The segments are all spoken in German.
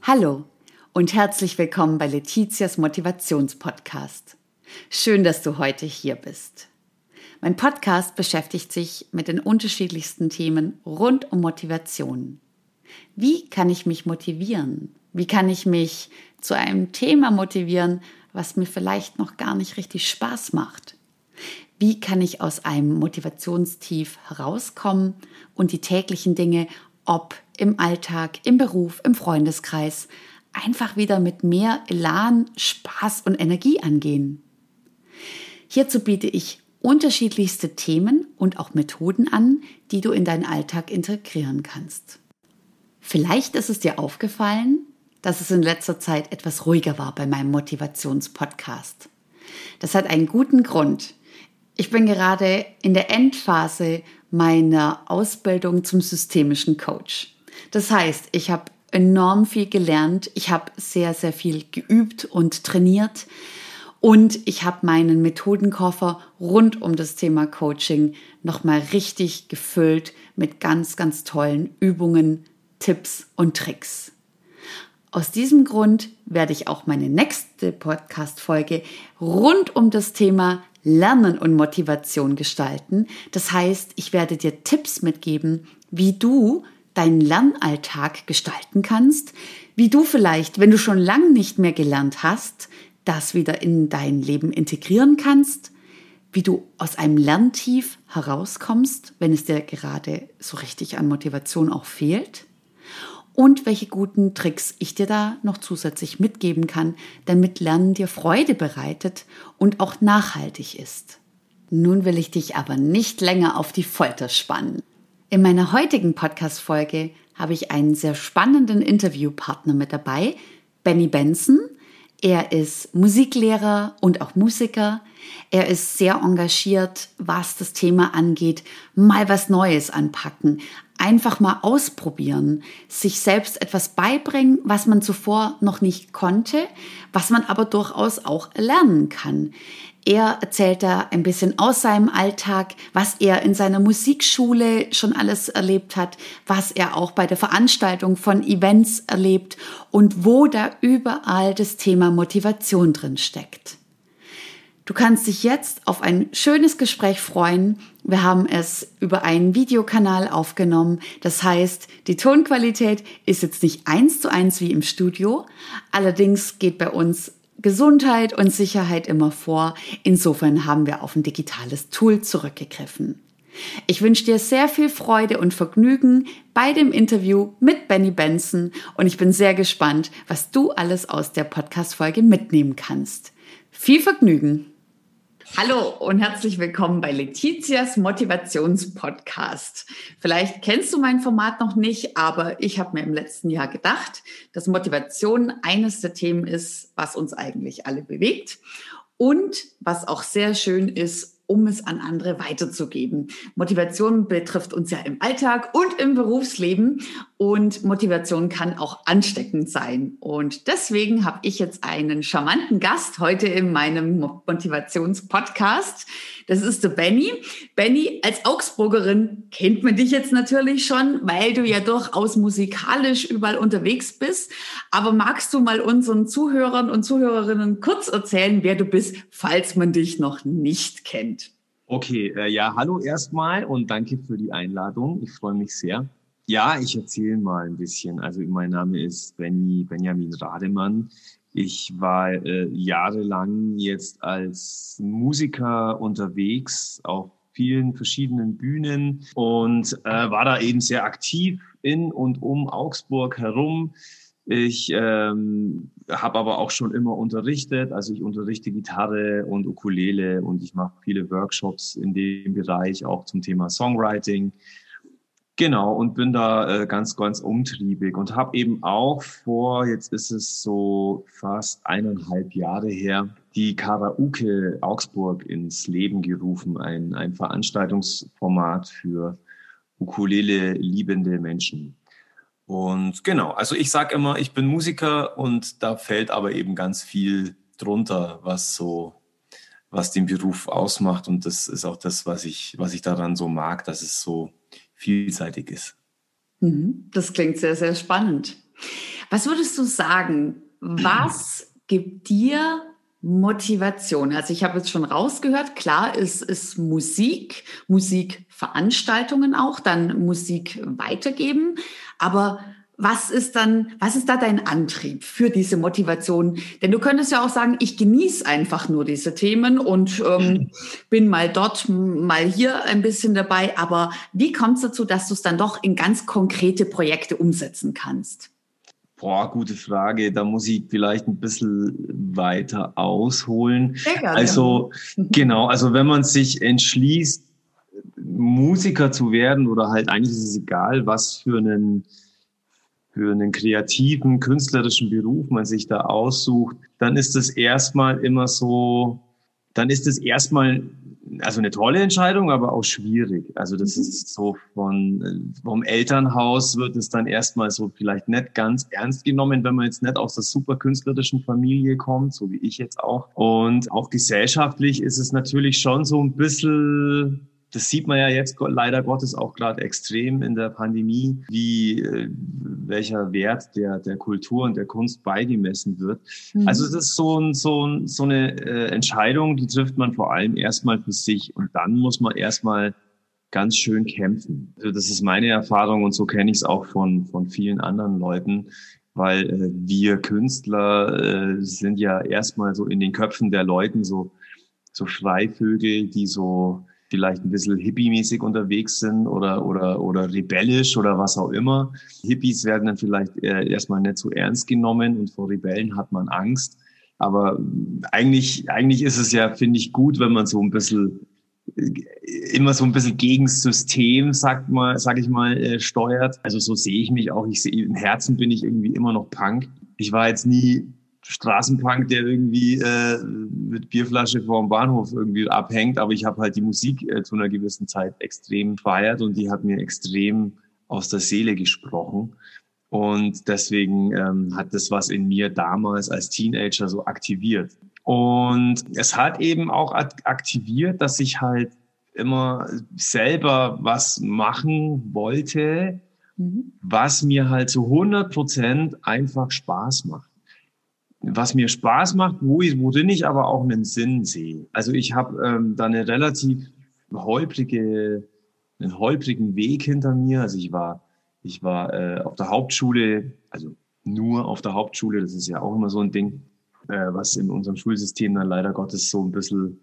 Hallo und herzlich willkommen bei Letitias Motivationspodcast. Schön, dass du heute hier bist. Mein Podcast beschäftigt sich mit den unterschiedlichsten Themen rund um Motivation. Wie kann ich mich motivieren? Wie kann ich mich zu einem Thema motivieren, was mir vielleicht noch gar nicht richtig Spaß macht? Wie kann ich aus einem Motivationstief herauskommen und die täglichen Dinge, ob im Alltag, im Beruf, im Freundeskreis, einfach wieder mit mehr Elan, Spaß und Energie angehen? Hierzu biete ich unterschiedlichste Themen und auch Methoden an, die du in deinen Alltag integrieren kannst. Vielleicht ist es dir aufgefallen, dass es in letzter Zeit etwas ruhiger war bei meinem Motivationspodcast. Das hat einen guten Grund. Ich bin gerade in der Endphase meiner Ausbildung zum systemischen Coach. Das heißt, ich habe enorm viel gelernt, ich habe sehr, sehr viel geübt und trainiert und ich habe meinen Methodenkoffer rund um das Thema Coaching nochmal richtig gefüllt mit ganz, ganz tollen Übungen, Tipps und Tricks. Aus diesem Grund werde ich auch meine nächste Podcast-Folge rund um das Thema Lernen und Motivation gestalten. Das heißt, ich werde dir Tipps mitgeben, wie du deinen Lernalltag gestalten kannst, wie du vielleicht, wenn du schon lange nicht mehr gelernt hast, das wieder in dein Leben integrieren kannst, wie du aus einem Lerntief herauskommst, wenn es dir gerade so richtig an Motivation auch fehlt, und welche guten Tricks ich dir da noch zusätzlich mitgeben kann, damit Lernen dir Freude bereitet und auch nachhaltig ist. Nun will ich dich aber nicht länger auf die Folter spannen. In meiner heutigen Podcast-Folge habe ich einen sehr spannenden Interviewpartner mit dabei, Benny Benson. Er ist Musiklehrer und auch Musiker. Er ist sehr engagiert, was das Thema angeht, mal was Neues anpacken, einfach mal ausprobieren, sich selbst etwas beibringen, was man zuvor noch nicht konnte, was man aber durchaus auch lernen kann. Er erzählt da ein bisschen aus seinem Alltag, was er in seiner Musikschule schon alles erlebt hat, was er auch bei der Veranstaltung von Events erlebt und wo da überall das Thema Motivation drin steckt. Du kannst dich jetzt auf ein schönes Gespräch freuen. Wir haben es über einen Videokanal aufgenommen. Das heißt, die Tonqualität ist jetzt nicht 1:1 wie im Studio. Allerdings geht bei uns Gesundheit und Sicherheit immer vor. Insofern haben wir auf ein digitales Tool zurückgegriffen. Ich wünsche dir sehr viel Freude und Vergnügen bei dem Interview mit Benny Benson und ich bin sehr gespannt, was du alles aus der Podcast-Folge mitnehmen kannst. Viel Vergnügen! Hallo und herzlich willkommen bei Letitias Motivationspodcast. Vielleicht kennst du mein Format noch nicht, aber ich habe mir im letzten Jahr gedacht, dass Motivation eines der Themen ist, was uns eigentlich alle bewegt und was auch sehr schön ist, um es an andere weiterzugeben. Motivation betrifft uns ja im Alltag und im Berufsleben und Motivation kann auch ansteckend sein. Und deswegen habe ich jetzt einen charmanten Gast heute in meinem Motivationspodcast. Das ist der Benny. Benny, als Augsburgerin kennt man dich jetzt natürlich schon, weil du ja durchaus musikalisch überall unterwegs bist. Aber magst du mal unseren Zuhörern und Zuhörerinnen kurz erzählen, wer du bist, falls man dich noch nicht kennt? Okay, hallo erstmal und danke für die Einladung. Ich freue mich sehr. Ja, ich erzähle mal ein bisschen. Also mein Name ist Benjamin Rademann. Ich war jahrelang jetzt als Musiker unterwegs auf vielen verschiedenen Bühnen und war da eben sehr aktiv in und um Augsburg herum. Ich habe aber auch schon immer unterrichtet, also ich unterrichte Gitarre und Ukulele und ich mache viele Workshops in dem Bereich, auch zum Thema Songwriting. Genau, und bin da ganz, ganz umtriebig und habe eben auch jetzt ist es so fast 1,5 Jahre her, die Karaoke Augsburg ins Leben gerufen, ein Veranstaltungsformat für Ukulele-liebende Menschen. Und genau, also ich sage immer, ich bin Musiker und da fällt aber eben ganz viel drunter, was den Beruf ausmacht. Und das ist auch das, was ich daran so mag, dass es so vielseitig ist. Das klingt sehr, sehr spannend. Was würdest du sagen, was gibt dir Motivation? Also ich habe jetzt schon rausgehört, klar, es ist Musik, Musikveranstaltungen auch, dann Musik weitergeben, aber was ist da dein Antrieb für diese Motivation? Denn du könntest ja auch sagen, ich genieße einfach nur diese Themen und bin mal dort, mal hier ein bisschen dabei. Aber wie kommt es dazu, dass du es dann doch in ganz konkrete Projekte umsetzen kannst? Boah, gute Frage. Da muss ich vielleicht ein bisschen weiter ausholen. Sehr gerne. Also, genau, also wenn man sich entschließt, Musiker zu werden oder halt eigentlich ist es egal, was für einen kreativen, künstlerischen Beruf man sich da aussucht, dann ist es erstmal immer so, also eine tolle Entscheidung, aber auch schwierig. Also das ist so vom Elternhaus wird es dann erstmal so vielleicht nicht ganz ernst genommen, wenn man jetzt nicht aus der super künstlerischen Familie kommt, so wie ich jetzt auch. Und auch gesellschaftlich ist es natürlich schon so ein bisschen, das sieht man ja jetzt leider Gottes auch gerade extrem in der Pandemie, welcher Wert der Kultur und der Kunst beigemessen wird. Also das ist so eine Entscheidung, die trifft man vor allem erstmal für sich und dann muss man erstmal ganz schön kämpfen. Also das ist meine Erfahrung und so kenne ich es auch von vielen anderen Leuten, weil wir Künstler sind ja erstmal so in den Köpfen der Leuten so Freivögel, die so vielleicht ein bisschen hippie-mäßig unterwegs sind oder rebellisch oder was auch immer. Hippies werden dann vielleicht erstmal nicht so ernst genommen und vor Rebellen hat man Angst. Aber eigentlich ist es ja, finde ich, gut, wenn man so ein bisschen immer so ein bisschen gegen das System, sag ich mal, steuert. Also so sehe ich mich auch. Im Herzen bin ich irgendwie immer noch Punk. Ich war jetzt nie Straßenpunk, der irgendwie mit Bierflasche vor dem Bahnhof irgendwie abhängt, aber ich habe halt die Musik zu einer gewissen Zeit extrem gefeiert und die hat mir extrem aus der Seele gesprochen und deswegen hat das was in mir damals als Teenager so aktiviert und es hat eben auch aktiviert, dass ich halt immer selber was machen wollte, was mir halt zu 100% einfach Spaß macht. Was mir Spaß macht, worin ich aber auch einen Sinn sehe. Also ich habe da eine relativ einen holprigen Weg hinter mir. Also ich war auf der Hauptschule, also nur auf der Hauptschule, das ist ja auch immer so ein Ding, was in unserem Schulsystem dann leider Gottes so ein bisschen,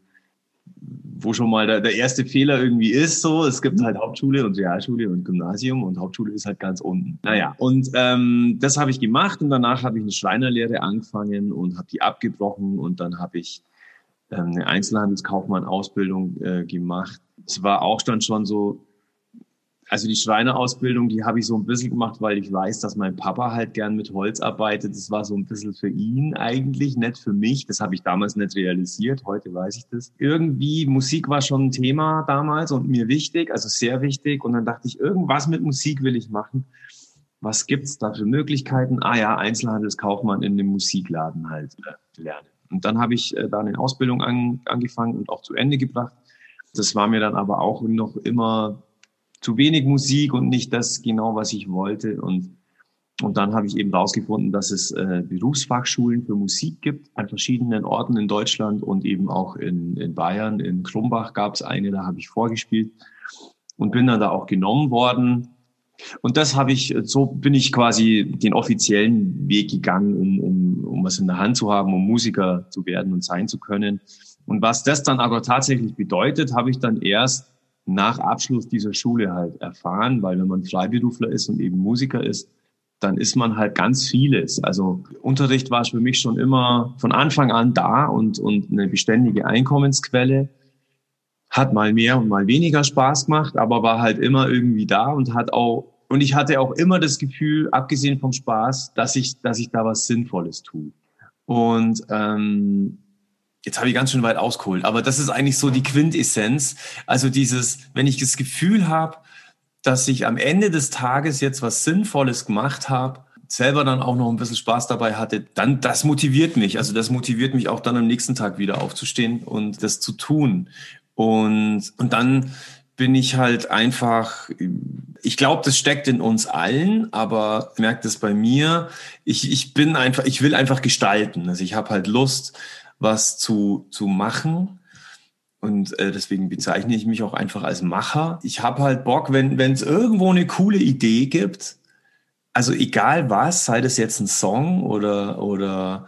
wo schon mal der erste Fehler irgendwie ist, so, es gibt halt Hauptschule und Realschule und Gymnasium und Hauptschule ist halt ganz unten. Naja, und das habe ich gemacht und danach habe ich eine Schreinerlehre angefangen und habe die abgebrochen und dann habe ich eine Einzelhandelskaufmann-Ausbildung gemacht. Es war auch dann schon so, also die Schreinerausbildung, die habe ich so ein bisschen gemacht, weil ich weiß, dass mein Papa halt gern mit Holz arbeitet. Das war so ein bisschen für ihn eigentlich, nicht für mich. Das habe ich damals nicht realisiert. Heute weiß ich das. Irgendwie, Musik war schon ein Thema damals und mir wichtig, also sehr wichtig. Und dann dachte ich, irgendwas mit Musik will ich machen. Was gibt's da für Möglichkeiten? Ah ja, Einzelhandelskaufmann in einem Musikladen halt lernen. Und dann habe ich da eine Ausbildung angefangen und auch zu Ende gebracht. Das war mir dann aber auch noch immer zu wenig Musik und nicht das genau, was ich wollte. Und dann habe ich eben rausgefunden, dass es Berufsfachschulen für Musik gibt an verschiedenen Orten in Deutschland und eben auch in Bayern. In Krumbach gab es eine, da habe ich vorgespielt und bin dann da auch genommen worden. Und so bin ich quasi den offiziellen Weg gegangen, um was in der Hand zu haben, um Musiker zu werden und sein zu können. Und was das dann aber tatsächlich bedeutet, habe ich dann erst nach Abschluss dieser Schule halt erfahren, weil wenn man Freiberufler ist und eben Musiker ist, dann ist man halt ganz vieles. Also Unterricht war für mich schon immer von Anfang an da und eine beständige Einkommensquelle. Hat mal mehr und mal weniger Spaß gemacht, aber war halt immer irgendwie da und ich hatte auch immer das Gefühl, abgesehen vom Spaß, dass ich da was Sinnvolles tue. Und jetzt habe ich ganz schön weit ausgeholt, aber das ist eigentlich so die Quintessenz. Also wenn ich das Gefühl habe, dass ich am Ende des Tages jetzt was Sinnvolles gemacht habe, selber dann auch noch ein bisschen Spaß dabei hatte, dann das motiviert mich. Also das motiviert mich auch dann am nächsten Tag wieder aufzustehen und das zu tun. Und dann bin ich halt einfach, ich glaube, das steckt in uns allen, aber ich merke das bei mir. Ich will einfach gestalten. Also ich habe halt Lust, was zu machen. Und deswegen bezeichne ich mich auch einfach als Macher. Ich habe halt Bock, wenn es irgendwo eine coole Idee gibt, also egal was, sei das jetzt ein Song oder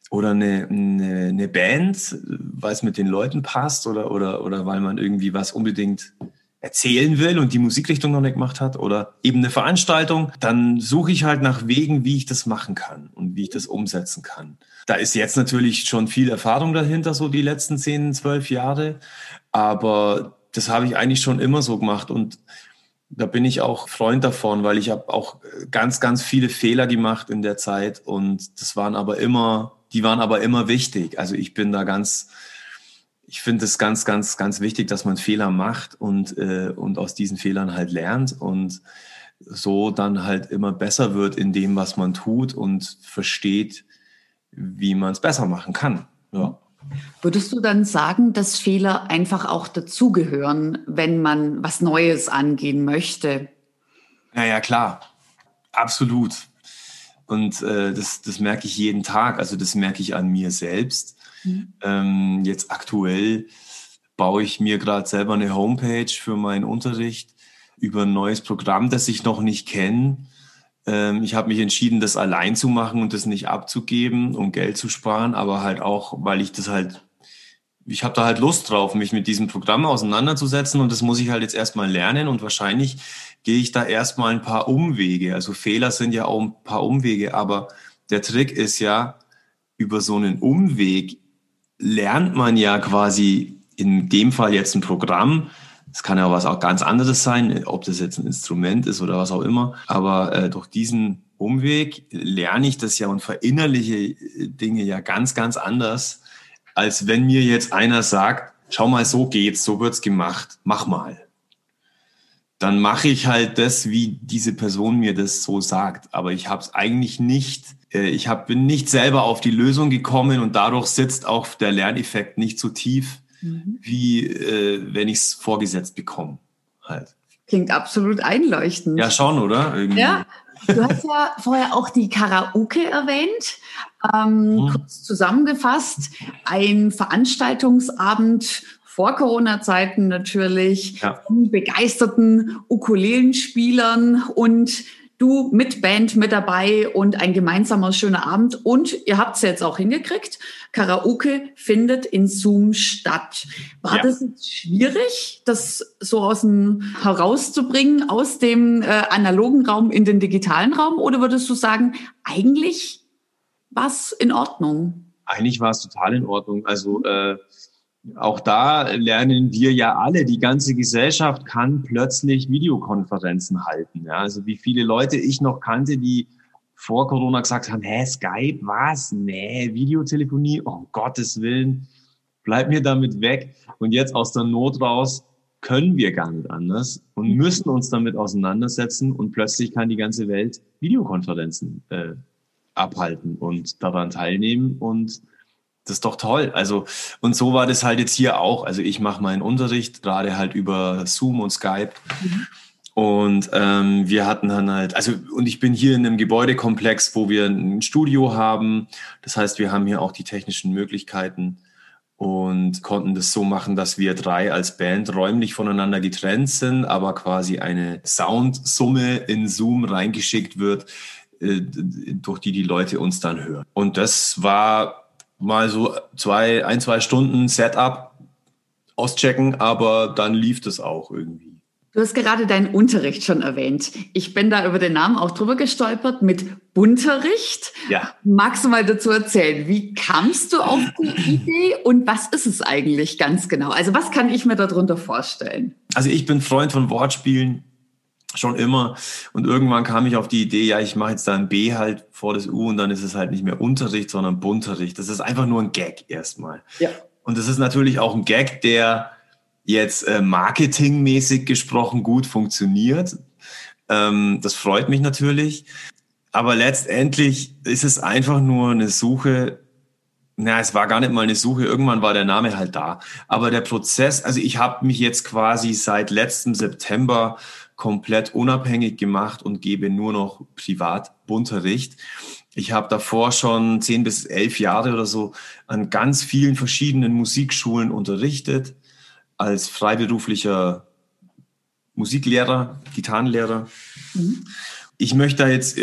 eine Band, weil es mit den Leuten passt oder weil man irgendwie was unbedingt erzählen will und die Musikrichtung noch nicht gemacht hat oder eben eine Veranstaltung, dann suche ich halt nach Wegen, wie ich das machen kann und wie ich das umsetzen kann. Da ist jetzt natürlich schon viel Erfahrung dahinter, so die letzten 10, 12 Jahre, aber das habe ich eigentlich schon immer so gemacht und da bin ich auch Freund davon, weil ich habe auch ganz, ganz viele Fehler gemacht in der Zeit und die waren aber immer wichtig. Also ich finde es ganz, ganz, ganz wichtig, dass man Fehler macht und aus diesen Fehlern halt lernt und so dann halt immer besser wird in dem, was man tut und versteht, wie man es besser machen kann. Ja. Würdest du dann sagen, dass Fehler einfach auch dazugehören, wenn man was Neues angehen möchte? Ja, klar. Absolut. Und das merke ich jeden Tag. Also das merke ich an mir selbst. Jetzt aktuell baue ich mir gerade selber eine Homepage für meinen Unterricht über ein neues Programm, das ich noch nicht kenne. Ich habe mich entschieden, das allein zu machen und das nicht abzugeben, um Geld zu sparen, aber halt auch, weil ich habe da halt Lust drauf, mich mit diesem Programm auseinanderzusetzen und das muss ich halt jetzt erstmal lernen und wahrscheinlich gehe ich da erstmal ein paar Umwege. Also Fehler sind ja auch ein paar Umwege, aber der Trick ist ja, über so einen Umweg lernt man ja quasi in dem Fall jetzt ein Programm. Es kann ja was auch ganz anderes sein, ob das jetzt ein Instrument ist oder was auch immer. Aber durch diesen Umweg lerne ich das ja und verinnerliche Dinge ja ganz, ganz anders, als wenn mir jetzt einer sagt, schau mal, so geht's, so wird's gemacht, mach mal. Dann mache ich halt das, wie diese Person mir das so sagt. Aber ich habe es eigentlich nicht, bin nicht selber auf die Lösung gekommen und dadurch sitzt auch der Lerneffekt nicht so tief, wie wenn ich es vorgesetzt bekomme. Halt. Klingt absolut einleuchtend. Ja, schon, oder? Irgendwie. Ja. Du hast ja vorher auch die Karaoke erwähnt. Kurz zusammengefasst, ein Veranstaltungsabend vor Corona-Zeiten natürlich, Ja. von begeisterten Ukulelenspielern und du mit Band mit dabei und ein gemeinsamer schöner Abend. Und ihr habt es jetzt auch hingekriegt. Karaoke findet in Zoom statt. War das jetzt schwierig, das so herauszubringen aus dem analogen Raum in den digitalen Raum? Oder würdest du sagen, eigentlich war es in Ordnung? Eigentlich war es total in Ordnung. Also auch da lernen wir ja alle, die ganze Gesellschaft kann plötzlich Videokonferenzen halten. Ja? Also wie viele Leute ich noch kannte, die vor Corona gesagt haben, Skype, was? Nee, Videotelefonie, um Gottes Willen, bleib mir damit weg. Und jetzt aus der Not raus können wir gar nicht anders und müssen uns damit auseinandersetzen und plötzlich kann die ganze Welt Videokonferenzen abhalten und daran teilnehmen und das ist doch toll. Also, und so war das halt jetzt hier auch. Also ich mache meinen Unterricht gerade halt über Zoom und Skype. Und wir hatten dann halt, und ich bin hier in einem Gebäudekomplex, wo wir ein Studio haben. Das heißt, wir haben hier auch die technischen Möglichkeiten und konnten das so machen, dass wir 3 als Band räumlich voneinander getrennt sind, aber quasi eine Soundsumme in Zoom reingeschickt wird, durch die Leute uns dann hören. Und das war mal so 2 Stunden Setup auschecken, aber dann lief das auch irgendwie. Du hast gerade deinen Unterricht schon erwähnt. Ich bin da über den Namen auch drüber gestolpert mit Bunterricht. Ja. Magst du mal dazu erzählen, wie kamst du auf die Idee und was ist es eigentlich ganz genau? Also was kann ich mir darunter vorstellen? Also ich bin Freund von Wortspielen. Schon immer. Und irgendwann kam ich auf die Idee, ja, ich mache jetzt da ein B halt vor das U und dann ist es halt nicht mehr Unterricht, sondern Bunterricht. Das ist einfach nur ein Gag erstmal. Ja. Und das ist natürlich auch ein Gag, der jetzt marketingmäßig gesprochen gut funktioniert. Das freut mich natürlich. Aber letztendlich ist es einfach nur eine Suche Na, es war gar nicht mal eine Suche, irgendwann war der Name halt da. Aber der Prozess, also ich habe mich jetzt quasi seit letztem September komplett unabhängig gemacht und gebe nur noch Privatunterricht. Ich habe davor schon 10 bis 11 Jahre oder so an ganz vielen verschiedenen Musikschulen unterrichtet, als freiberuflicher Musiklehrer, Gitarrenlehrer. Mhm. Ich möchte da jetzt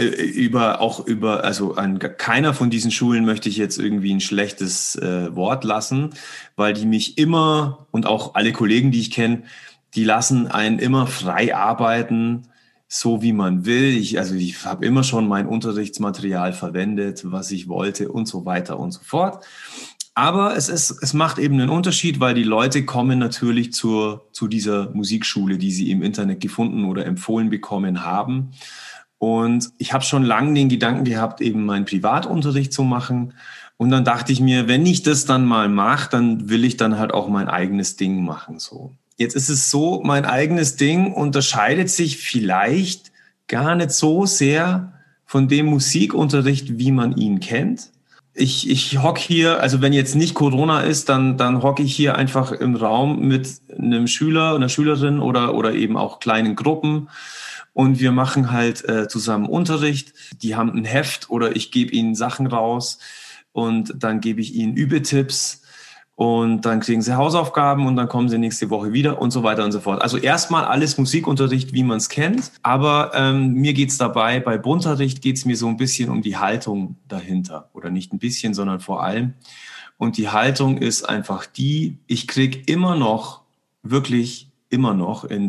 also an keiner von diesen Schulen möchte ich jetzt irgendwie ein schlechtes Wort lassen, weil die mich immer und auch alle Kollegen, die ich kenne, die lassen einen immer frei arbeiten, so wie man will. Ich habe immer schon mein Unterrichtsmaterial verwendet, was ich wollte und so weiter und so fort. Aber es macht eben einen Unterschied, weil die Leute kommen natürlich zu dieser Musikschule, die sie im Internet gefunden oder empfohlen bekommen haben. Und ich habe schon lange den Gedanken gehabt, eben meinen Privatunterricht zu machen. Und dann dachte ich mir, wenn ich das dann mal mache, dann will ich dann halt auch mein eigenes Ding machen. So. Jetzt ist es so, mein eigenes Ding unterscheidet sich vielleicht gar nicht so sehr von dem Musikunterricht, wie man ihn kennt. Ich hock hier, also wenn jetzt nicht Corona ist, dann hocke ich hier einfach im Raum mit einem Schüler, einer Schülerin oder eben auch kleinen Gruppen. Und wir machen halt zusammen Unterricht. Die haben ein Heft oder ich gebe ihnen Sachen raus und dann gebe ich ihnen Übetipps und dann kriegen sie Hausaufgaben und dann kommen sie nächste Woche wieder und so weiter und so fort. Also erstmal alles Musikunterricht, wie man es kennt. Aber mir geht's dabei, bei Bunterricht geht's mir so ein bisschen um die Haltung dahinter. Oder nicht ein bisschen, sondern vor allem. Und die Haltung ist einfach die, ich krieg immer noch, wirklich immer noch in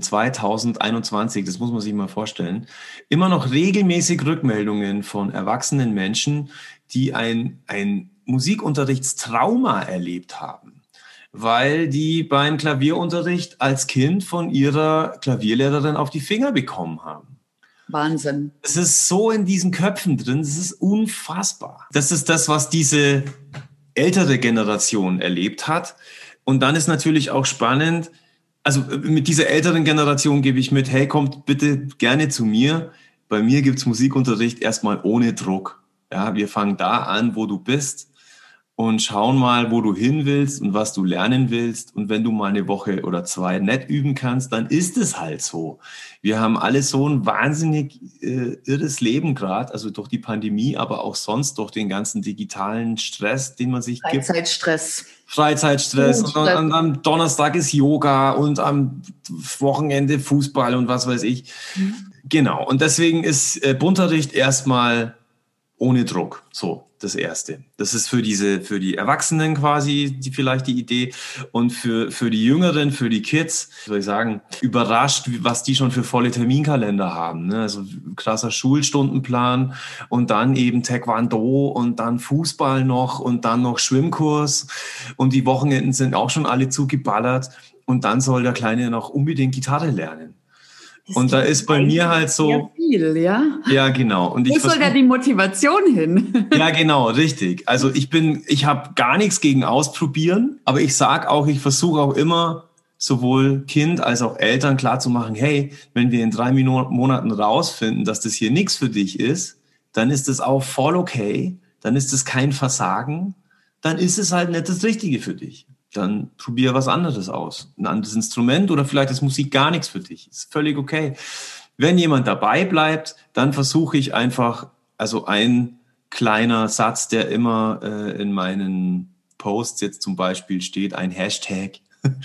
2021, das muss man sich mal vorstellen, immer noch regelmäßig Rückmeldungen von erwachsenen Menschen, die ein Musikunterrichtstrauma erlebt haben, weil die beim Klavierunterricht als Kind von ihrer Klavierlehrerin auf die Finger bekommen haben. Wahnsinn. Es ist so in diesen Köpfen drin, es ist unfassbar. Das ist das, was diese ältere Generation erlebt hat. Und dann ist natürlich auch spannend, also mit dieser älteren Generation gebe ich mit, hey, kommt bitte gerne zu mir. Bei mir gibt's Musikunterricht erstmal ohne Druck. Ja, wir fangen da an, wo du bist und schauen mal, wo du hin willst und was du lernen willst. Und wenn du mal eine Woche oder zwei nicht üben kannst, dann ist es halt so. Wir haben alle so ein wahnsinnig irres Leben gerade, also durch die Pandemie, aber auch sonst durch den ganzen digitalen Stress, den man sich gibt. Freizeitstress und am Donnerstag ist Yoga und am Wochenende Fußball und was weiß ich. Mhm. Genau. Und deswegen ist Bunterricht erstmal ohne Druck. So, das Erste. Das ist für die Erwachsenen quasi vielleicht die Idee und für die Jüngeren, für die Kids, soll ich sagen, überrascht, was die schon für volle Terminkalender haben. Ne? Also krasser Schulstundenplan und dann eben Taekwondo und dann Fußball noch und dann noch Schwimmkurs und die Wochenenden sind auch schon alle zugeballert und dann soll der Kleine noch unbedingt Gitarre lernen. Und da ist bei mir halt so sehr viel, ja. Ja, genau. Und wo soll da die Motivation hin? Ja, genau, richtig. Also ich habe gar nichts gegen Ausprobieren, aber ich sag auch, ich versuche auch immer sowohl Kind als auch Eltern klarzumachen, hey, wenn wir in 3 Monaten rausfinden, dass das hier nichts für dich ist, dann ist das auch voll okay, dann ist es kein Versagen, dann ist es halt nicht das Richtige für dich. Dann probier was anderes aus. Ein anderes Instrument oder vielleicht ist Musik gar nichts für dich. Ist völlig okay. Wenn jemand dabei bleibt, dann versuche ich einfach, also ein kleiner Satz, der immer in meinen Posts jetzt zum Beispiel steht, ein Hashtag,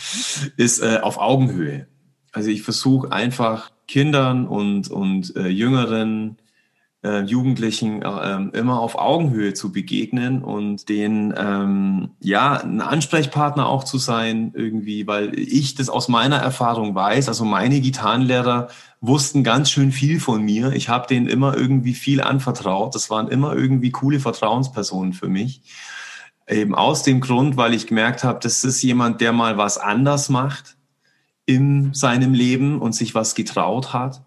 ist auf Augenhöhe. Also ich versuche einfach Kindern und Jüngeren, Jugendlichen immer auf Augenhöhe zu begegnen und denen ein Ansprechpartner auch zu sein irgendwie, weil ich das aus meiner Erfahrung weiß. Also meine Gitarrenlehrer wussten ganz schön viel von mir. Ich habe denen immer irgendwie viel anvertraut. Das waren immer irgendwie coole Vertrauenspersonen für mich. Eben aus dem Grund, weil ich gemerkt habe, das ist jemand, der mal was anders macht in seinem Leben und sich was getraut hat.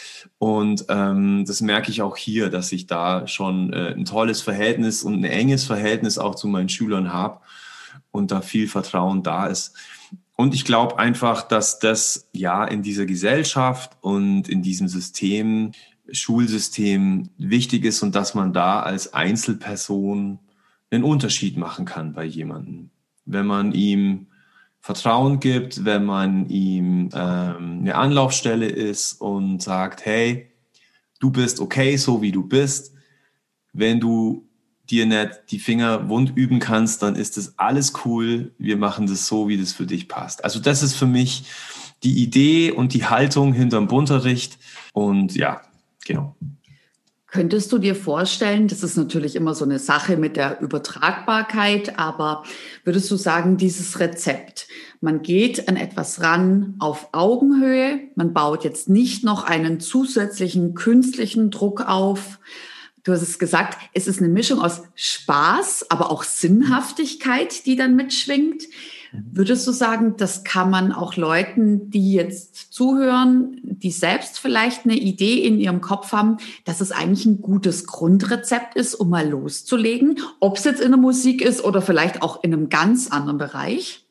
Und das merke ich auch hier, dass ich da schon ein tolles Verhältnis und ein enges Verhältnis auch zu meinen Schülern habe und da viel Vertrauen da ist. Und ich glaube einfach, dass das ja in dieser Gesellschaft und in diesem System, Schulsystem wichtig ist und dass man da als Einzelperson einen Unterschied machen kann bei jemandem. Wenn man ihm Vertrauen gibt, wenn man ihm eine Anlaufstelle ist und sagt, hey, du bist okay, so wie du bist. Wenn du dir nicht die Finger wund üben kannst, dann ist das alles cool. Wir machen das so, wie das für dich passt. Also das ist für mich die Idee und die Haltung hinterm Bunterricht. Und ja, genau. Könntest du dir vorstellen, das ist natürlich immer so eine Sache mit der Übertragbarkeit, aber würdest du sagen, dieses Rezept, man geht an etwas ran auf Augenhöhe, man baut jetzt nicht noch einen zusätzlichen künstlichen Druck auf. Du hast es gesagt, es ist eine Mischung aus Spaß, aber auch Sinnhaftigkeit, die dann mitschwingt. Würdest du sagen, das kann man auch Leuten, die jetzt zuhören, die selbst vielleicht eine Idee in ihrem Kopf haben, dass es eigentlich ein gutes Grundrezept ist, um mal loszulegen, ob es jetzt in der Musik ist oder vielleicht auch in einem ganz anderen Bereich?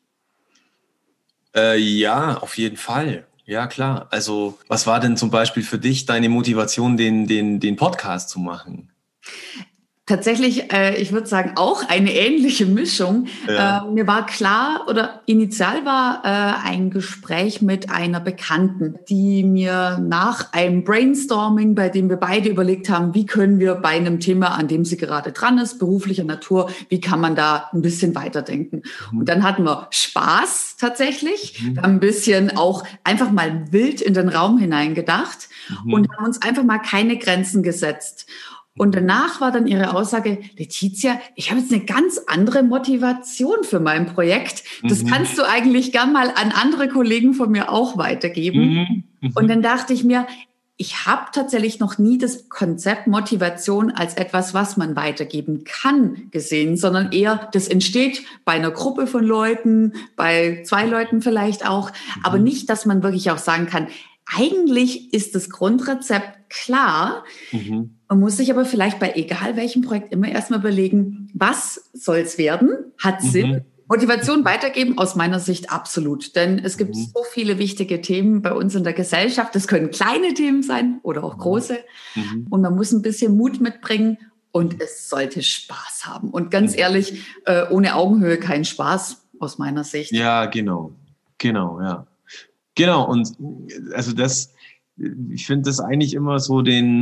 Ja, auf jeden Fall. Ja, klar. Also was war denn zum Beispiel für dich deine Motivation, den Podcast zu machen? Tatsächlich, ich würde sagen, auch eine ähnliche Mischung. Ja. Mir war klar, oder initial war ein Gespräch mit einer Bekannten, die mir nach einem Brainstorming, bei dem wir beide überlegt haben, wie können wir bei einem Thema, an dem sie gerade dran ist, beruflicher Natur, wie kann man da ein bisschen weiterdenken? Und dann hatten wir Spaß tatsächlich, wir haben ein bisschen auch einfach mal wild in den Raum hineingedacht und haben uns einfach mal keine Grenzen gesetzt. Und danach war dann ihre Aussage, Letizia, ich habe jetzt eine ganz andere Motivation für mein Projekt. Das kannst du eigentlich gern mal an andere Kollegen von mir auch weitergeben. Und dann dachte ich mir, ich habe tatsächlich noch nie das Konzept Motivation als etwas, was man weitergeben kann, gesehen, sondern eher, das entsteht bei einer Gruppe von Leuten, bei 2 Leuten vielleicht auch, aber nicht, dass man wirklich auch sagen kann, eigentlich ist das Grundrezept klar. Man muss sich aber vielleicht bei egal welchem Projekt immer erstmal überlegen, was soll es werden? Hat Sinn? Motivation weitergeben, aus meiner Sicht absolut. Denn es gibt so viele wichtige Themen bei uns in der Gesellschaft. Das können kleine Themen sein oder auch große. Und man muss ein bisschen Mut mitbringen und es sollte Spaß haben. Und ganz ehrlich, ohne Augenhöhe kein Spaß, aus meiner Sicht. Ja, genau. Genau, ja. Genau, und also ich finde das eigentlich immer so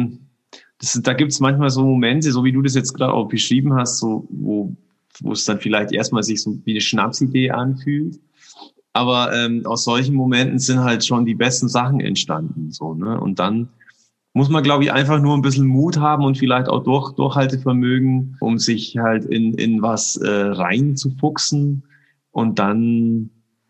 da gibt es manchmal so Momente, so wie du das jetzt gerade auch beschrieben hast, so wo es dann vielleicht erstmal sich so wie eine Schnapsidee anfühlt. Aber aus solchen Momenten sind halt schon die besten Sachen entstanden. So, ne? Und dann muss man, glaube ich, einfach nur ein bisschen Mut haben und vielleicht auch Durchhaltevermögen, um sich halt in was reinzufuchsen. Und dann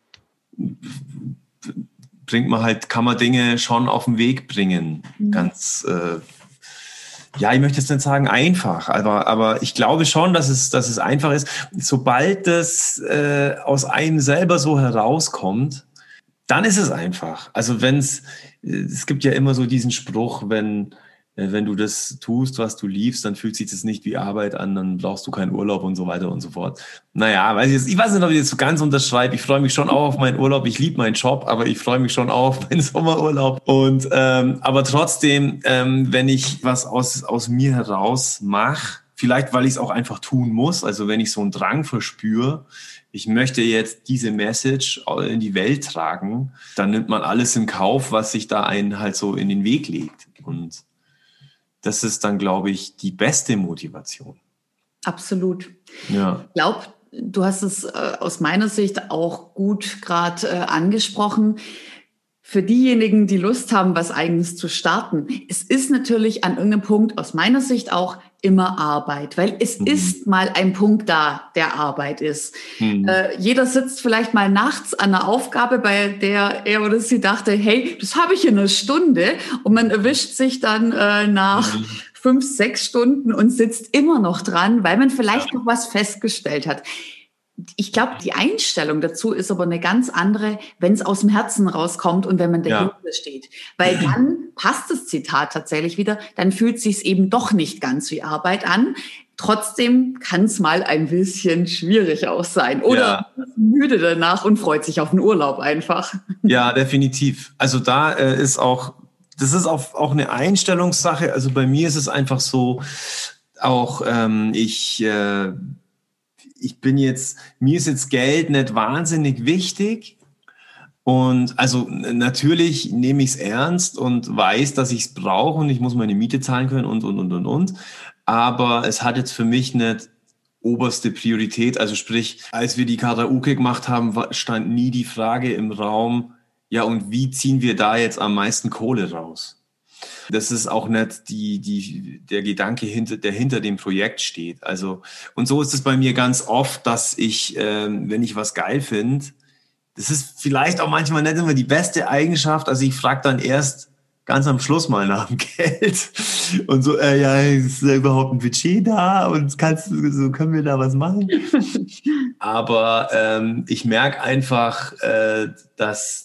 kann man Dinge schon auf den Weg bringen. Ganz, ja, ich möchte jetzt nicht sagen einfach, aber ich glaube schon, dass es einfach ist. Sobald das aus einem selber so herauskommt, dann ist es einfach. Also es gibt ja immer so diesen Spruch, wenn du das tust, was du liebst, dann fühlt sich das nicht wie Arbeit an, dann brauchst du keinen Urlaub und so weiter und so fort. Naja, ich weiß nicht, ob ich das so ganz unterschreibe. Ich freue mich schon auch auf meinen Urlaub. Ich liebe meinen Job, aber ich freue mich schon auch auf meinen Sommerurlaub. Und aber trotzdem, wenn ich was aus mir heraus mache, vielleicht weil ich es auch einfach tun muss, also wenn ich so einen Drang verspüre, ich möchte jetzt diese Message in die Welt tragen, dann nimmt man alles in Kauf, was sich da einen halt so in den Weg legt. Und das ist dann, glaube ich, die beste Motivation. Absolut. Ja. Ich glaube, du hast es aus meiner Sicht auch gut gerade angesprochen. Für diejenigen, die Lust haben, was Eigenes zu starten, es ist natürlich an irgendeinem Punkt aus meiner Sicht auch immer Arbeit, weil es ist mal ein Punkt da, der Arbeit ist. Jeder sitzt vielleicht mal nachts an einer Aufgabe, bei der er oder sie dachte, hey, das habe ich in einer Stunde, und man erwischt sich dann nach 5, 6 Stunden und sitzt immer noch dran, weil man vielleicht noch was festgestellt hat. Ich glaube, die Einstellung dazu ist aber eine ganz andere, wenn es aus dem Herzen rauskommt und wenn man dahinter steht. Weil dann passt das Zitat tatsächlich wieder, dann fühlt es sich eben doch nicht ganz wie Arbeit an. Trotzdem kann es mal ein bisschen schwierig auch sein. Oder müde danach und freut sich auf den Urlaub einfach. Ja, definitiv. Also da das ist auch eine Einstellungssache. Also bei mir ist es einfach so, auch mir ist jetzt Geld nicht wahnsinnig wichtig. Und also natürlich nehme ich es ernst und weiß, dass ich es brauche und ich muss meine Miete zahlen können und. Aber es hat jetzt für mich nicht oberste Priorität. Also sprich, als wir die Karaoke gemacht haben, stand nie die Frage im Raum, ja, und wie ziehen wir da jetzt am meisten Kohle raus? Das ist auch nicht der Gedanke, der hinter dem Projekt steht. Also, und so ist es bei mir ganz oft, dass ich, wenn ich was geil finde, das ist vielleicht auch manchmal nicht immer die beste Eigenschaft. Also ich frage dann erst ganz am Schluss mal nach dem Geld und so, ja, ist da überhaupt ein Budget da und so können wir da was machen? Aber ich merke einfach, dass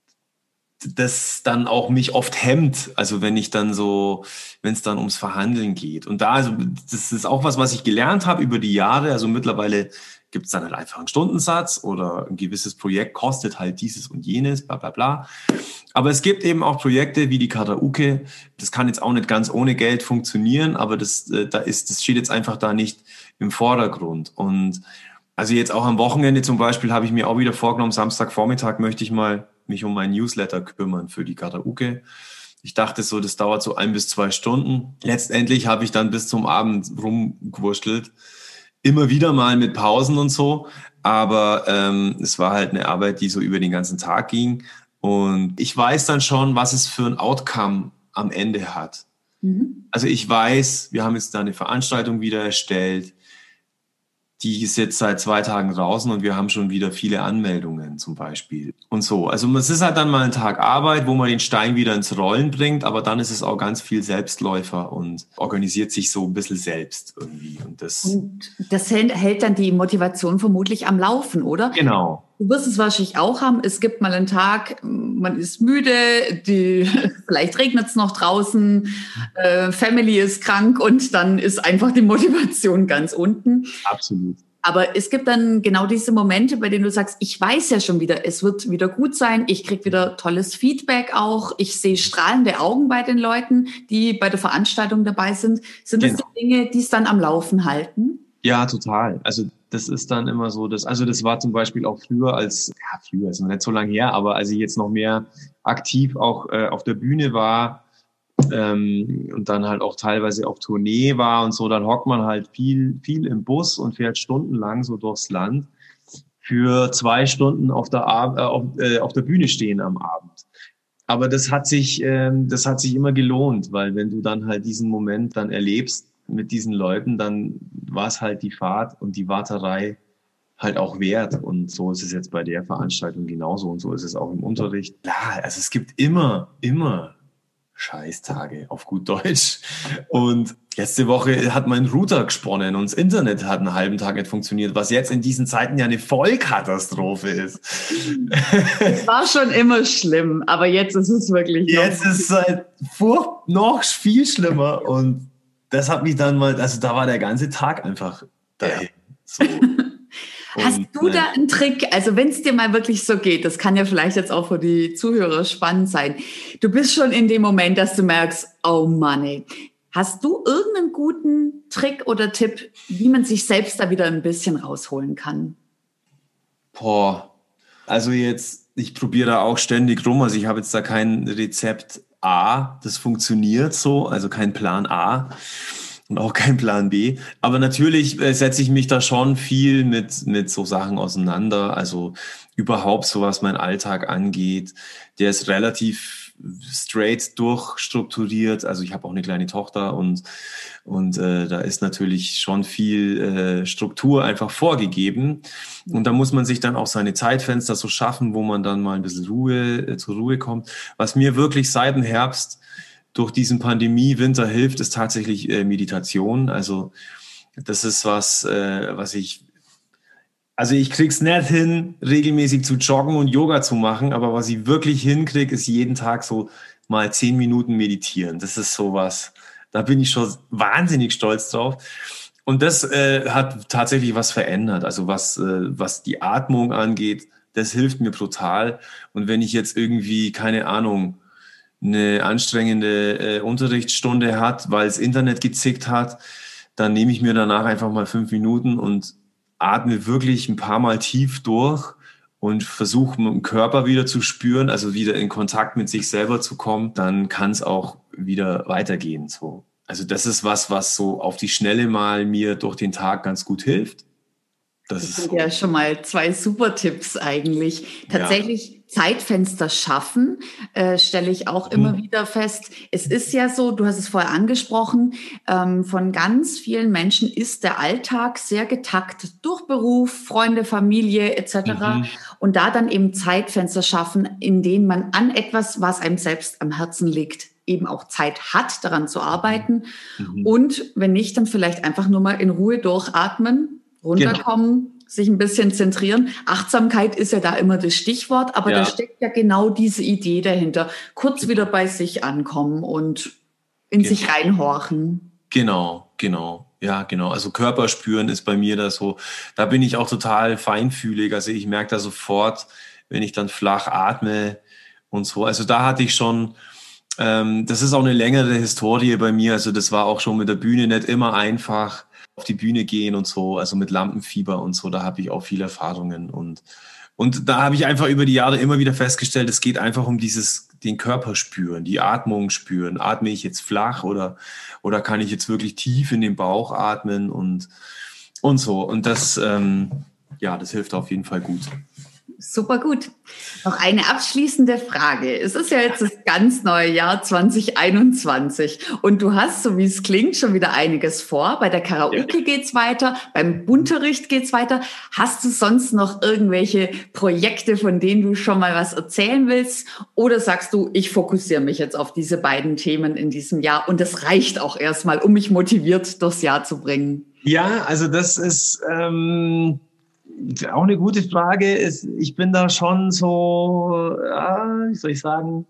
das dann auch mich oft hemmt, also wenn es dann ums Verhandeln geht. Und also das ist auch was ich gelernt habe über die Jahre. Also mittlerweile gibt es dann halt einfach einen Stundensatz oder ein gewisses Projekt kostet halt dieses und jenes, bla bla bla. Aber es gibt eben auch Projekte wie die Karaoke. Das kann jetzt auch nicht ganz ohne Geld funktionieren, aber das steht jetzt einfach da nicht im Vordergrund. Und also jetzt auch am Wochenende zum Beispiel habe ich mir auch wieder vorgenommen, Samstagvormittag möchte ich mal mich um mein Newsletter kümmern für die Karaoke. Ich dachte so, das dauert so 1 bis 2 Stunden. Letztendlich habe ich dann bis zum Abend rumgewurschtelt. Immer wieder mal mit Pausen und so. Aber es war halt eine Arbeit, die so über den ganzen Tag ging. Und ich weiß dann schon, was es für ein Outcome am Ende hat. Mhm. Also ich weiß, wir haben jetzt da eine Veranstaltung wieder erstellt. Die ist jetzt seit 2 Tagen draußen und wir haben schon wieder viele Anmeldungen zum Beispiel und so. Also es ist halt dann mal ein Tag Arbeit, wo man den Stein wieder ins Rollen bringt, aber dann ist es auch ganz viel Selbstläufer und organisiert sich so ein bisschen selbst irgendwie. Und das hält dann die Motivation vermutlich am Laufen, oder? Genau. Du wirst es wahrscheinlich auch haben. Es gibt mal einen Tag, man ist müde, vielleicht regnet es noch draußen, Family ist krank und dann ist einfach die Motivation ganz unten. Absolut. Aber es gibt dann genau diese Momente, bei denen du sagst, ich weiß ja schon wieder, es wird wieder gut sein, ich krieg wieder tolles Feedback auch, ich sehe strahlende Augen bei den Leuten, die bei der Veranstaltung dabei sind. Sind das die Dinge, die es dann am Laufen halten? Ja, total. Also das ist dann immer so, das war zum Beispiel auch früher ist noch nicht so lange her, aber als ich jetzt noch mehr aktiv auch auf der Bühne war und dann halt auch teilweise auf Tournee war und so, dann hockt man halt viel im Bus und fährt stundenlang so durchs Land für 2 Stunden auf der Bühne stehen am Abend. Aber das hat sich immer gelohnt, weil wenn du dann halt diesen Moment dann erlebst, mit diesen Leuten, dann war es halt die Fahrt und die Warterei halt auch wert. Und so ist es jetzt bei der Veranstaltung genauso und so ist es auch im Unterricht. Klar, also es gibt immer Scheißtage auf gut Deutsch. Und letzte Woche hat mein Router gesponnen und das Internet hat einen halben Tag nicht funktioniert, was jetzt in diesen Zeiten ja eine Vollkatastrophe ist. Es war schon immer schlimm, aber jetzt ist es wirklich jetzt ist es halt noch viel schlimmer und das hat mich dann mal, also da war der ganze Tag einfach dahin. Ja. So. Hast du da einen Trick? Also wenn es dir mal wirklich so geht, das kann ja vielleicht jetzt auch für die Zuhörer spannend sein. Du bist schon in dem Moment, dass du merkst, oh Mann, ey. Hast du irgendeinen guten Trick oder Tipp, wie man sich selbst da wieder ein bisschen rausholen kann? Also ich probiere da auch ständig rum. Also ich habe jetzt da kein Rezept A, das funktioniert so, also kein Plan A und auch kein Plan B. Aber natürlich setze ich mich da schon viel mit so Sachen auseinander. Also überhaupt so, was mein Alltag angeht. Der ist relativ straight durchstrukturiert. Also ich habe auch eine kleine Tochter und da ist natürlich schon viel Struktur einfach vorgegeben. Und da muss man sich dann auch seine Zeitfenster so schaffen, wo man dann mal ein bisschen zur Ruhe kommt. Was mir wirklich seit dem Herbst durch diesen Pandemie-Winter hilft, ist tatsächlich Meditation. Also das ist was ich krieg's nicht hin, regelmäßig zu joggen und Yoga zu machen, aber was ich wirklich hinkriege, ist jeden Tag so mal 10 Minuten meditieren. Das ist sowas, da bin ich schon wahnsinnig stolz drauf. Und das hat tatsächlich was verändert. Also was die Atmung angeht, das hilft mir brutal. Und wenn ich jetzt irgendwie, keine Ahnung, eine anstrengende Unterrichtsstunde hat, weil das Internet gezickt hat, dann nehme ich mir danach einfach mal 5 Minuten und atme wirklich ein paar Mal tief durch und versuche mit dem Körper wieder zu spüren, also wieder in Kontakt mit sich selber zu kommen, dann kann es auch wieder weitergehen. So. Also das ist was so auf die Schnelle mal mir durch den Tag ganz gut hilft. Das sind ja schon mal 2 super Tipps eigentlich. Tatsächlich Zeitfenster schaffen, stelle ich auch immer wieder fest. Es ist ja so, du hast es vorher angesprochen, von ganz vielen Menschen ist der Alltag sehr getaktet durch Beruf, Freunde, Familie etc. Und da dann eben Zeitfenster schaffen, in denen man an etwas, was einem selbst am Herzen liegt, eben auch Zeit hat, daran zu arbeiten. Und wenn nicht, dann vielleicht einfach nur mal in Ruhe durchatmen, runterkommen, sich ein bisschen zentrieren. Achtsamkeit ist ja da immer das Stichwort, aber da steckt ja genau diese Idee dahinter. Kurz wieder bei sich ankommen und in sich reinhorchen. Genau. Ja, genau. Also Körper spüren ist bei mir da so, da bin ich auch total feinfühlig. Also ich merke da sofort, wenn ich dann flach atme und so. Also da hatte ich schon, das ist auch eine längere Historie bei mir. Also das war auch schon mit der Bühne nicht immer einfach. Auf die Bühne gehen und so, also mit Lampenfieber und so, da habe ich auch viele Erfahrungen und da habe ich einfach über die Jahre immer wieder festgestellt, es geht einfach um den Körper spüren, die Atmung spüren. Atme ich jetzt flach oder kann ich jetzt wirklich tief in den Bauch atmen und so. Und das, das hilft auf jeden Fall gut. Super gut. Noch eine abschließende Frage. Es ist ja jetzt das ganz neue Jahr 2021 und du hast, so wie es klingt, schon wieder einiges vor. Bei der Karaoke geht's weiter, beim Bunterricht geht's weiter. Hast du sonst noch irgendwelche Projekte, von denen du schon mal was erzählen willst? Oder sagst du, ich fokussiere mich jetzt auf diese beiden Themen in diesem Jahr und das reicht auch erstmal, um mich motiviert durchs Jahr zu bringen? Ja, also das ist auch eine gute Frage. Ich bin da schon so, wie soll ich sagen?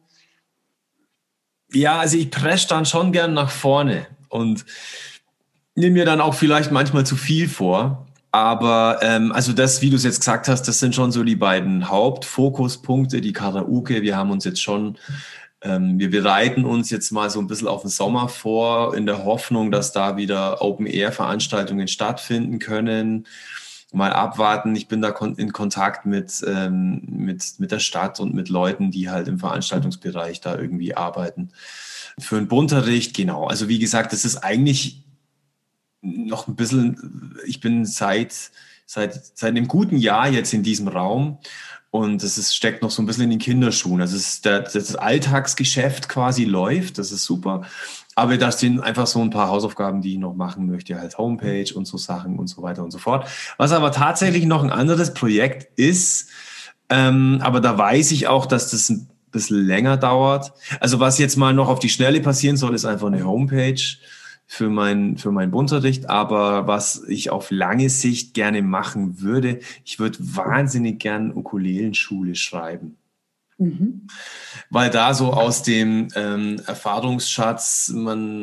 Ja, also ich presche dann schon gern nach vorne und nehme mir dann auch vielleicht manchmal zu viel vor. Aber also das, wie du es jetzt gesagt hast, das sind schon so die beiden Hauptfokuspunkte, die Karaoke. Wir haben uns jetzt schon, wir bereiten uns jetzt mal so ein bisschen auf den Sommer vor, in der Hoffnung, dass da wieder Open-Air-Veranstaltungen stattfinden können. Mal abwarten. Ich bin da in Kontakt mit der Stadt und mit Leuten, die halt im Veranstaltungsbereich da irgendwie arbeiten. Für einen Bunterricht, genau. Also wie gesagt, das ist eigentlich noch ein bisschen, ich bin seit einem guten Jahr jetzt in diesem Raum und steckt noch so ein bisschen in den Kinderschuhen. Also das Alltagsgeschäft quasi läuft, das ist super. Aber das sind einfach so ein paar Hausaufgaben, die ich noch machen möchte, halt Homepage und so Sachen und so weiter und so fort. Was aber tatsächlich noch ein anderes Projekt ist, aber da weiß ich auch, dass das ein bisschen länger dauert. Also was jetzt mal noch auf die Schnelle passieren soll, ist einfach eine Homepage für mein Bunterricht. Aber was ich auf lange Sicht gerne machen würde, ich würde wahnsinnig gern Ukulelenschule schreiben. Weil da so aus dem Erfahrungsschatz,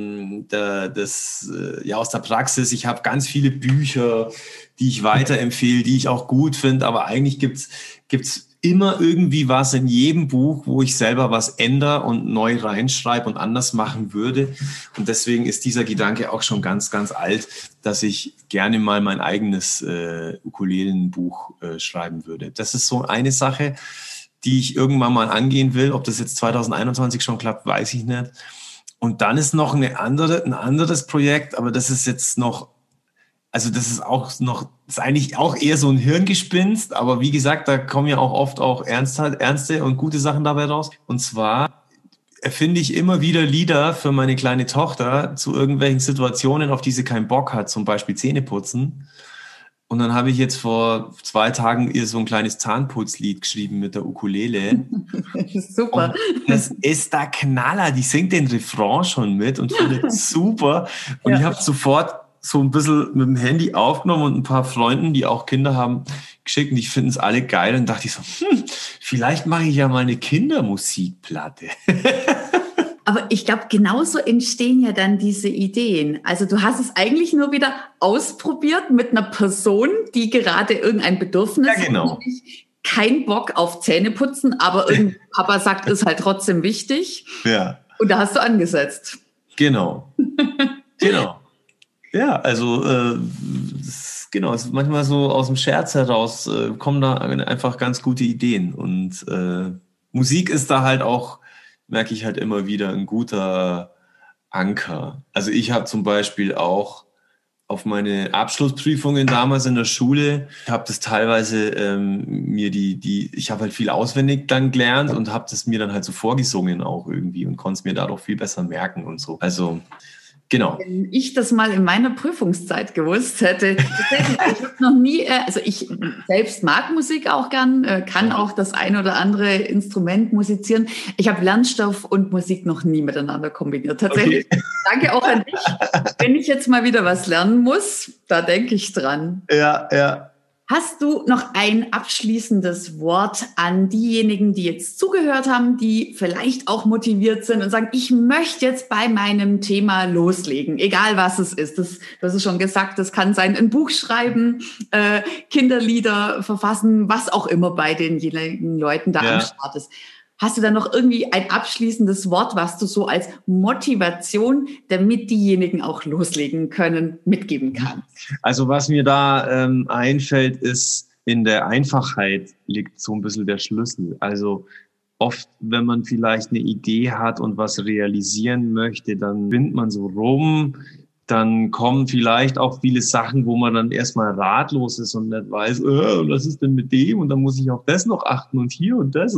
aus der Praxis, ich habe ganz viele Bücher, die ich weiterempfehle, die ich auch gut finde, aber eigentlich gibt's immer irgendwie was in jedem Buch, wo ich selber was ändere und neu reinschreibe und anders machen würde. Und deswegen ist dieser Gedanke auch schon ganz, ganz alt, dass ich gerne mal mein eigenes Ukulelenbuch schreiben würde. Das ist so eine Sache, die ich irgendwann mal angehen will. Ob das jetzt 2021 schon klappt, weiß ich nicht. Und dann ist noch ein anderes Projekt, aber das ist jetzt noch, also das ist eigentlich auch eher so ein Hirngespinst, aber wie gesagt, da kommen ja auch oft auch ernste und gute Sachen dabei raus. Und zwar erfinde ich immer wieder Lieder für meine kleine Tochter zu irgendwelchen Situationen, auf die sie keinen Bock hat, zum Beispiel Zähne putzen. Und dann habe ich jetzt vor 2 Tagen ihr so ein kleines Zahnputzlied geschrieben mit der Ukulele. Super. Und das ist der Knaller. Die singt den Refrain schon mit und findet es super. Und ich habe sofort so ein bisschen mit dem Handy aufgenommen und ein paar Freunden, die auch Kinder haben, geschickt. Und die finden es alle geil. Und dachte ich so, vielleicht mache ich ja mal eine Kindermusikplatte. Aber ich glaube, genauso entstehen ja dann diese Ideen. Also du hast es eigentlich nur wieder ausprobiert mit einer Person, die gerade irgendein Bedürfnis hat. Genau. Kein Bock auf Zähneputzen, aber irgendein Papa sagt, ist halt trotzdem wichtig. Ja. Und da hast du angesetzt. Genau. Ja, also Genau, es ist manchmal so aus dem Scherz heraus, kommen da einfach ganz gute Ideen. Und Musik ist da halt auch, merke ich halt immer wieder, ein guter Anker. Also ich habe zum Beispiel auch auf meine Abschlussprüfungen damals in der Schule, habe das teilweise mir ich habe halt viel auswendig dann gelernt und habe das mir dann halt so vorgesungen auch irgendwie und konnte es mir dadurch viel besser merken und so. Also genau. Wenn ich das mal in meiner Prüfungszeit gewusst hätte, tatsächlich, ich habe noch nie, also ich selbst mag Musik auch gern, kann auch das ein oder andere Instrument musizieren. Ich habe Lernstoff und Musik noch nie miteinander kombiniert. Tatsächlich, okay. Danke auch an dich. Wenn ich jetzt mal wieder was lernen muss, da denke ich dran. Ja, ja. Hast du noch ein abschließendes Wort an diejenigen, die jetzt zugehört haben, die vielleicht auch motiviert sind und sagen, ich möchte jetzt bei meinem Thema loslegen, egal was es ist. Du hast es schon gesagt, das kann sein, ein Buch schreiben, Kinderlieder verfassen, was auch immer bei denjenigen Leuten da am Start ist. Hast du da noch irgendwie ein abschließendes Wort, was du so als Motivation, damit diejenigen auch loslegen können, mitgeben kannst? Also was mir da einfällt, ist, in der Einfachheit liegt so ein bisschen der Schlüssel. Also oft, wenn man vielleicht eine Idee hat und was realisieren möchte, dann bindet man so rum. Dann kommen vielleicht auch viele Sachen, wo man dann erstmal ratlos ist und nicht weiß, was ist denn mit dem? Und dann muss ich auf das noch achten und hier und das.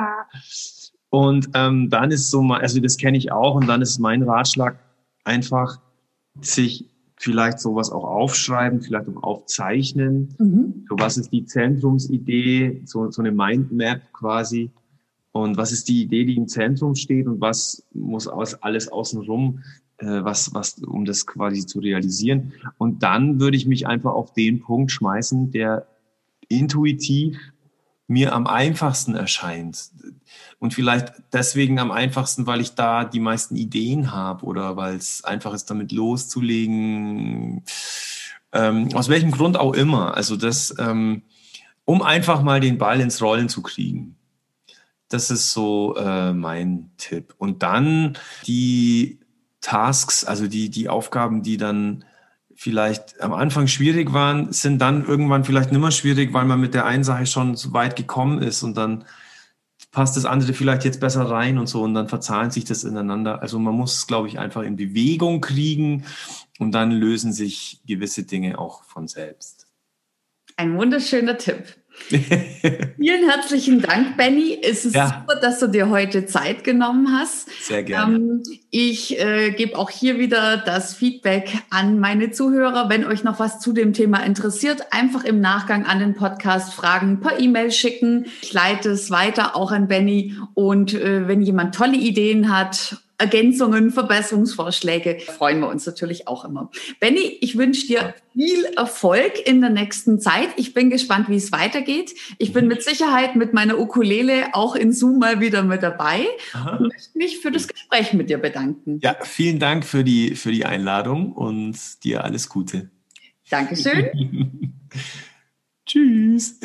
Und dann ist so mal, also das kenne ich auch, und dann ist mein Ratschlag einfach, sich vielleicht sowas auch aufschreiben, vielleicht auch aufzeichnen. So, was ist die Zentrumsidee, so eine Mindmap quasi. Und was ist die Idee, die im Zentrum steht, und was muss alles außenrum, um das quasi zu realisieren. Und dann würde ich mich einfach auf den Punkt schmeißen, der intuitiv mir am einfachsten erscheint. Und vielleicht deswegen am einfachsten, weil ich da die meisten Ideen habe oder weil es einfach ist, damit loszulegen. Aus welchem Grund auch immer. Also das, um einfach mal den Ball ins Rollen zu kriegen. Das ist so mein Tipp. Und dann die Tasks, also die Aufgaben, die dann vielleicht am Anfang schwierig waren, sind dann irgendwann vielleicht nicht mehr schwierig, weil man mit der einen Sache schon so weit gekommen ist, und dann passt das andere vielleicht jetzt besser rein und so, und dann verzahnt sich das ineinander. Also man muss es, glaube ich, einfach in Bewegung kriegen, und dann lösen sich gewisse Dinge auch von selbst. Ein wunderschöner Tipp. Vielen herzlichen Dank, Benny. Es ist super, dass du dir heute Zeit genommen hast. Sehr gerne. Ich gebe auch hier wieder das Feedback an meine Zuhörer. Wenn euch noch was zu dem Thema interessiert, einfach im Nachgang an den Podcast Fragen per E-Mail schicken. Ich leite es weiter auch an Benny. Und wenn jemand tolle Ideen hat, Ergänzungen, Verbesserungsvorschläge, freuen wir uns natürlich auch immer. Benny, ich wünsche dir viel Erfolg in der nächsten Zeit. Ich bin gespannt, wie es weitergeht. Ich bin mit Sicherheit mit meiner Ukulele auch in Zoom mal wieder mit dabei. Und möchte mich für das Gespräch mit dir bedanken. Ja, vielen Dank für die Einladung und dir alles Gute. Dankeschön. Tschüss.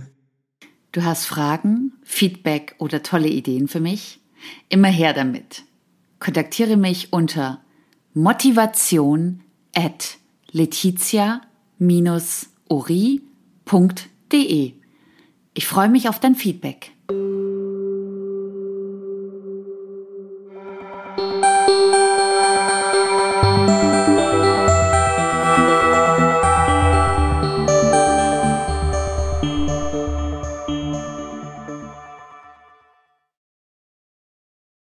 Du hast Fragen, Feedback oder tolle Ideen für mich? Immer her damit. Kontaktiere mich unter motivation@letizia-ori.de. Ich freue mich auf dein Feedback.